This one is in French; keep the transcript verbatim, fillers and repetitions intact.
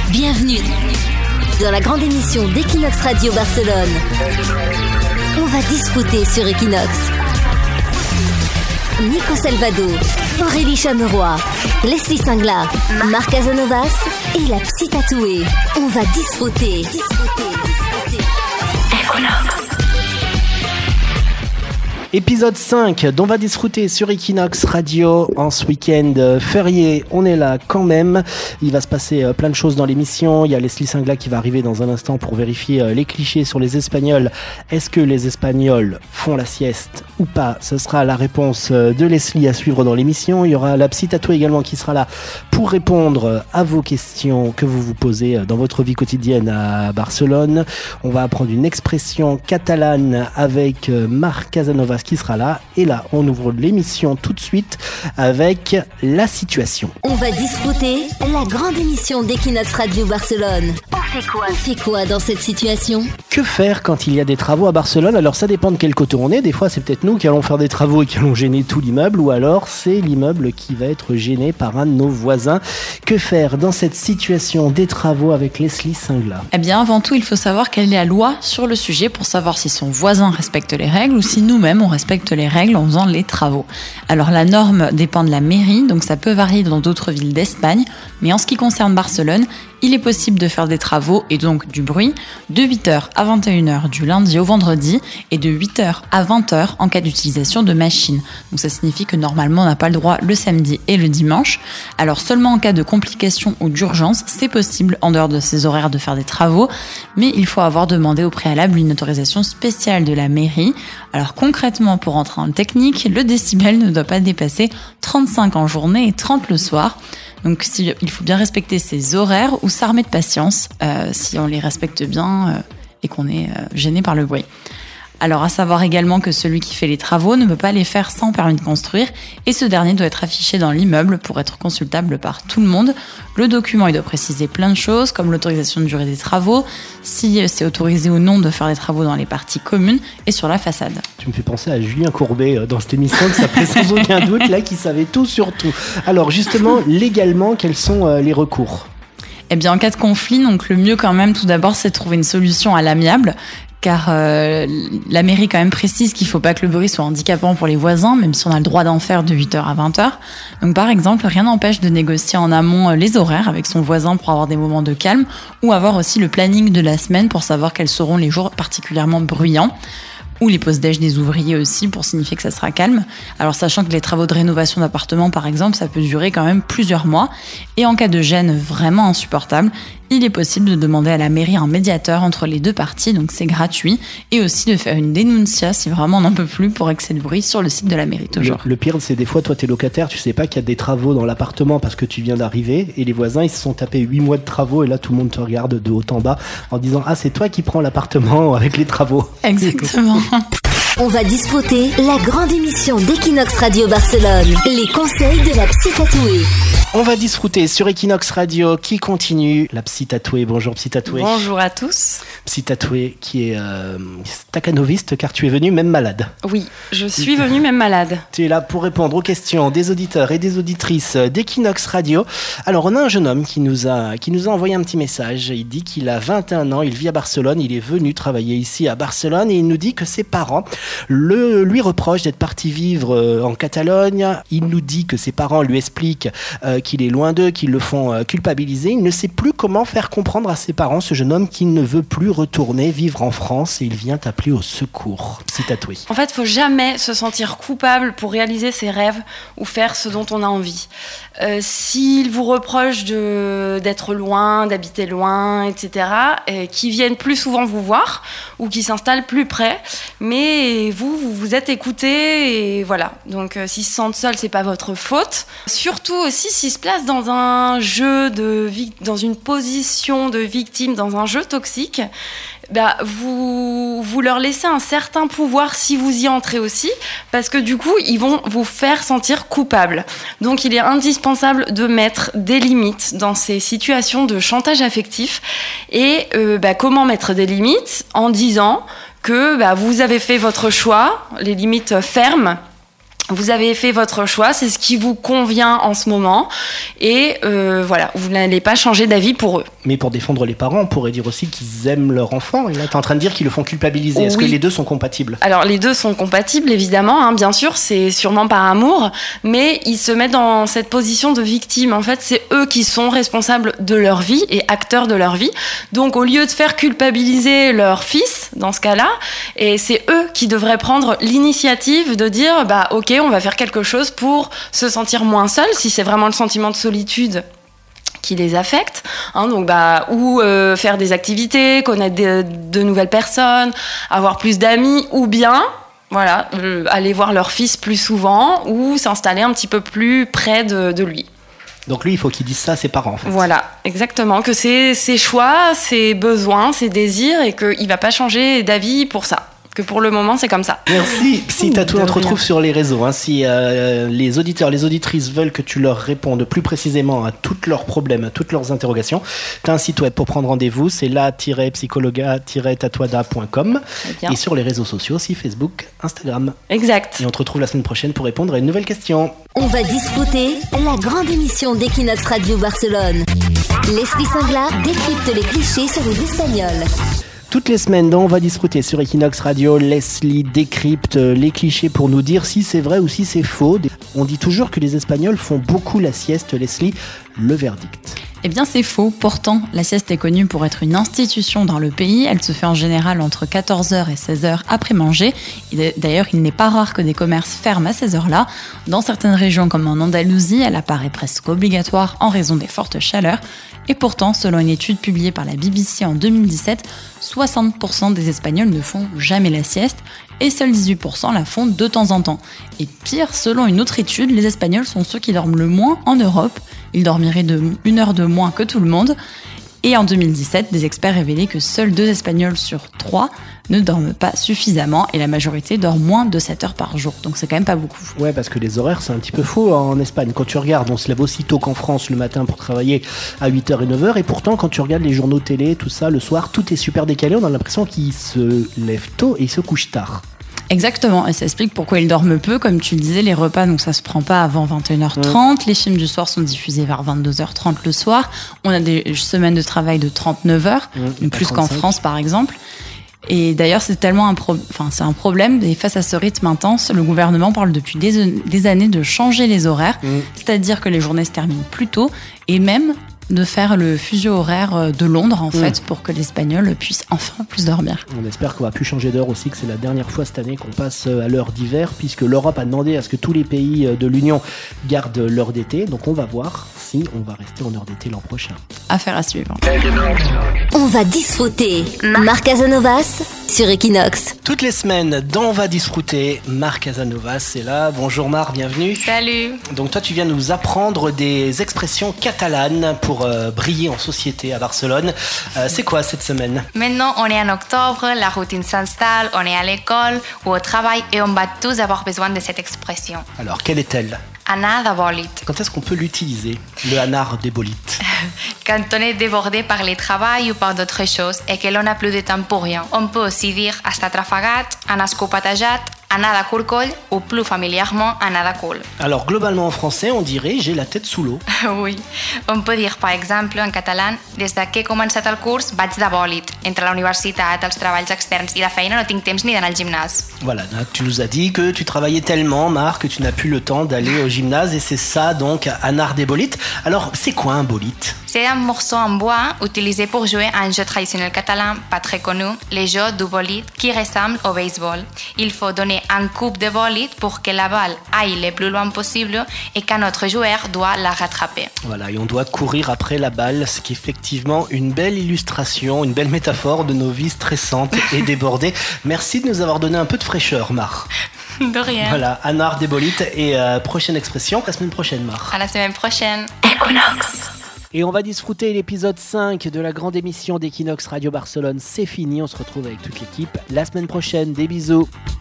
Bienvenue dans la grande émission d'Equinox Radio Barcelone. On va discuter sur Equinox. Nico Salvado, Aurélie Chameroy, Leslie Singla, Marc Casanovas et la Psy Tatouée. On va discuter. Equinox. Épisode cinq, dont on va discuter sur Equinox Radio en ce week-end férié. On est là quand même. Il va se passer plein de choses dans l'émission. Il y a Leslie Singla qui va arriver dans un instant pour vérifier les clichés sur les Espagnols. Est-ce que les Espagnols font la sieste ou pas? Ce sera la réponse de Leslie à suivre dans l'émission. Il y aura la Psy Tatouée également qui sera là pour répondre à vos questions que vous vous posez dans votre vie quotidienne à Barcelone. On va apprendre une expression catalane avec Marc Casanovas qui sera là. Et là, on ouvre l'émission tout de suite avec la situation. On va discuter la grande émission d'Equinox Radio Barcelone. On fait quoi On fait quoi dans cette situation? Que faire quand il y a des travaux à Barcelone? Alors ça dépend de quel côté on est. Des fois, c'est peut-être nous qui allons faire des travaux et qui allons gêner tout l'immeuble, ou alors c'est l'immeuble qui va être gêné par un de nos voisins. Que faire dans cette situation des travaux avec Leslie Singla? Eh bien, avant tout, il faut savoir quelle est la loi sur le sujet pour savoir si son voisin respecte les règles ou si nous-mêmes on respecte les règles en faisant les travaux. Alors la norme dépend de la mairie, donc ça peut varier dans d'autres villes d'Espagne, mais en ce qui concerne Barcelone, il est possible de faire des travaux et donc du bruit de huit heures à vingt et une heures du lundi au vendredi et de huit heures à vingt heures en cas d'utilisation de machines. Donc ça signifie que normalement on n'a pas le droit le samedi et le dimanche. Alors seulement en cas de complications ou d'urgence, c'est possible en dehors de ces horaires de faire des travaux, mais il faut avoir demandé au préalable une autorisation spéciale de la mairie. Alors concrètement, pour rentrer en technique, le décibel ne doit pas dépasser trente-cinq en journée et trente le soir. Donc si, il faut bien respecter ces horaires ou s'armer de patience euh, si on les respecte bien euh, et qu'on est euh, gêné par le bruit. Alors à savoir également que celui qui fait les travaux ne peut pas les faire sans permis de construire et ce dernier doit être affiché dans l'immeuble pour être consultable par tout le monde. Le document il doit préciser plein de choses comme l'autorisation de durée des travaux, si c'est autorisé ou non de faire des travaux dans les parties communes et sur la façade. Tu me fais penser à Julien Courbet dans cette émission qui s'appelait sans aucun doute, là qui savait tout sur tout. Alors justement, légalement, quels sont euh, les recours? Eh bien en cas de conflit, donc le mieux quand même tout d'abord c'est de trouver une solution à l'amiable. Car euh, la mairie quand même précise qu'il ne faut pas que le bruit soit handicapant pour les voisins, même si on a le droit d'en faire de huit heures à vingt heures. Donc par exemple, rien n'empêche de négocier en amont les horaires avec son voisin pour avoir des moments de calme, ou avoir aussi le planning de la semaine pour savoir quels seront les jours particulièrement bruyants. Ou les pauses déj des ouvriers aussi pour signifier que ça sera calme. Alors sachant que les travaux de rénovation d'appartements par exemple, ça peut durer quand même plusieurs mois. Et en cas de gêne vraiment insupportable, il est possible de demander à la mairie un médiateur entre les deux parties, donc c'est gratuit. Et aussi de faire une dénoncia si vraiment on n'en peut plus pour excès de bruit sur le site de la mairie toujours. Le, le pire c'est des fois toi t'es locataire, tu sais pas qu'il y a des travaux dans l'appartement parce que tu viens d'arriver et les voisins ils se sont tapés huit mois de travaux et là tout le monde te regarde de haut en bas en disant ah c'est toi qui prends l'appartement avec les travaux. Exactement. On va disputer la grande émission d'Equinox Radio Barcelone. Les conseils de la Psy Tatouée. On va discuter sur Equinox Radio qui continue. La Psy Tatouée. Bonjour Psy Tatouée. Bonjour à tous. Psy Tatouée qui est euh, staccanoviste car tu es venue même malade. Oui, je suis venue même malade. Tu es là pour répondre aux questions des auditeurs et des auditrices d'Equinox Radio. Alors on a un jeune homme qui nous a, qui nous a envoyé un petit message. Il dit qu'il a vingt et un ans, il vit à Barcelone, il est venu travailler ici à Barcelone et il nous dit que ses parents le, lui reprochent d'être parti vivre en Catalogne. Il nous dit que ses parents lui expliquent euh, qu'il est loin d'eux, qu'ils le font euh, culpabiliser. Il ne sait plus comment faire comprendre à ses parents ce jeune homme qui ne veut plus retourner vivre en France et il vient appeler au secours. Psy Tatouée. En fait, il ne faut jamais se sentir coupable pour réaliser ses rêves ou faire ce dont on a envie. Euh, s'il vous reproche de, d'être loin, d'habiter loin, et cetera, et qu'ils viennent plus souvent vous voir ou qu'ils s'installent plus près, mais vous, vous vous êtes écoutés et voilà. Donc, euh, s'ils se sentent seuls, c'est pas votre faute. Surtout aussi s'ils se placent dans un jeu de dans une position de victime, dans un jeu toxique. Bah, vous, vous leur laissez un certain pouvoir si vous y entrez aussi, parce que du coup, ils vont vous faire sentir coupable. Donc, il est indispensable de mettre des limites dans ces situations de chantage affectif. Et euh, bah, comment mettre des limites? En disant que bah, vous avez fait votre choix, les limites fermes, Vous avez fait votre choix, c'est ce qui vous convient en ce moment, et euh, voilà, vous n'allez pas changer d'avis pour eux. Mais pour défendre les parents, on pourrait dire aussi qu'ils aiment leur enfant, et là tu es en train de dire qu'ils le font culpabiliser. Est-ce oui. que les deux sont compatibles ? Alors les deux sont compatibles, évidemment, hein, bien sûr, c'est sûrement par amour, mais ils se mettent dans cette position de victime. En fait, c'est eux qui sont responsables de leur vie et acteurs de leur vie. Donc au lieu de faire culpabiliser leur fils, dans ce cas-là, et c'est eux qui devraient prendre l'initiative de dire, bah ok, on va faire quelque chose pour se sentir moins seul, si c'est vraiment le sentiment de solitude qui les affecte, hein, donc bah ou euh, faire des activités, connaître de, de nouvelles personnes, avoir plus d'amis, ou bien voilà euh, aller voir leur fils plus souvent ou s'installer un petit peu plus près de, de lui. Donc lui, il faut qu'il dise ça à ses parents, en fait. Voilà, exactement, que c'est ses choix, ses besoins, ses désirs, et qu'il va pas changer d'avis pour ça. Que pour le moment, c'est comme ça. Merci. Si Tatou, on te retrouve sur les réseaux. Hein, si euh, les auditeurs, les auditrices veulent que tu leur répondes plus précisément à tous leurs problèmes, à toutes leurs interrogations, tu as un site web pour prendre rendez-vous. C'est la tiret psychologa tiret tatouada point com. Et sur les réseaux sociaux, aussi Facebook, Instagram. Exact. Et on te retrouve la semaine prochaine pour répondre à une nouvelle question. On va discuter la grande émission d'Equinox Radio Barcelone. Leslie Singla décrypte les clichés sur les Espagnols. Toutes les semaines, dans On va discuter sur Equinox Radio, Leslie décrypte les clichés pour nous dire si c'est vrai ou si c'est faux. On dit toujours que les Espagnols font beaucoup la sieste. Leslie, le verdict. Eh bien, c'est faux. Pourtant, la sieste est connue pour être une institution dans le pays. Elle se fait en général entre quatorze heures et seize heures après manger. D'ailleurs, il n'est pas rare que des commerces ferment à ces heures-là. Dans certaines régions, comme en Andalousie, elle apparaît presque obligatoire en raison des fortes chaleurs. Et pourtant, selon une étude publiée par la B B C en deux mille dix-sept, soixante pour cent des Espagnols ne font jamais la sieste et seuls dix-huit pour cent la font de temps en temps. Et pire, selon une autre étude, les Espagnols sont ceux qui dorment le moins en Europe. Ils dormiraient de une heure de moins que tout le monde. Et en deux mille dix-sept, des experts révélaient que seuls deux Espagnols sur trois ne dorment pas suffisamment et la majorité dort moins de sept heures par jour. Donc c'est quand même pas beaucoup. Ouais, parce que les horaires, c'est un petit peu faux en Espagne. Quand tu regardes, on se lève aussi tôt qu'en France le matin pour travailler à huit heures et neuf heures. Et pourtant, quand tu regardes les journaux télé, tout ça, le soir, tout est super décalé. On a l'impression qu'ils se lèvent tôt et ils se couchent tard. Exactement, et ça explique pourquoi ils dorment peu. Comme tu le disais, les repas, donc ça se prend pas avant vingt et une heures trente. Mmh. Les films du soir sont diffusés vers vingt-deux heures trente le soir. On a des semaines de travail de trente-neuf heures, mmh, plus qu'en France par exemple. Et d'ailleurs, c'est tellement un, pro... enfin, c'est un problème. Et face à ce rythme intense, le gouvernement parle depuis des, des années de changer les horaires. Mmh. C'est-à-dire que les journées se terminent plus tôt et même de faire le fuseau horaire de Londres, en mmh. fait, pour que l'Espagnol puisse enfin plus dormir. On espère qu'on va plus changer d'heure aussi, que c'est la dernière fois cette année qu'on passe à l'heure d'hiver, puisque l'Europe a demandé à ce que tous les pays de l'Union gardent l'heure d'été. Donc on va voir si on va rester en heure d'été l'an prochain. Affaire à suivre. On va disfruter. Marc Casanovas sur Equinox. Toutes les semaines, dans On va disfruter, Marc Casanovas est là. Bonjour Marc, bienvenue. Salut. Donc toi, tu viens nous apprendre des expressions catalanes pour euh, briller en société à Barcelone. Euh, c'est quoi cette semaine ? Maintenant, on est en octobre, la routine s'installe, on est à l'école ou au travail et on va tous avoir besoin de cette expression. Alors, quelle est-elle ? Anar de bolit. Quand est-ce qu'on peut l'utiliser, le anar de bolit ? Quand on est débordé par le travail ou par d'autres choses et que l'on n'a plus de temps pour rien. On peut aussi dire està trafagat, anar escopatejat, anar de cul coll ou plus familièrement anar de cul. Alors globalement en français, on dirait j'ai la tête sous l'eau. Oui, on peut dire par exemple en català des de que he començat el curs vaig de bòlit. Entre la universitat, els treballs externs i la feina no tinc temps ni d'anar al gimnàs. Voilà, tu nous as dit que tu travaillais tellement, Marc, que tu n'as plus le temps d'aller au gymnase et c'est ça donc anar de bolit. Alors c'est quoi un bolit ? C'est un morceau en bois utilisé pour jouer à un jeu traditionnel catalan pas très connu, le jeu du bolit, qui ressemble au baseball. Il faut donner un coup de bolit pour que la balle aille le plus loin possible et qu'un autre joueur doit la rattraper. Voilà, et on doit courir après la balle, ce qui est effectivement une belle illustration, une belle métaphore de nos vies stressantes et débordées. Merci de nous avoir donné un peu de fraîcheur, Mar. De rien. Voilà, anar de bolit et euh, prochaine expression la semaine prochaine, Mar. À la semaine prochaine. Equinox. Et on va disfruter l'épisode cinq de la grande émission d'Equinox Radio Barcelone. C'est fini, on se retrouve avec toute l'équipe la semaine prochaine. Des bisous.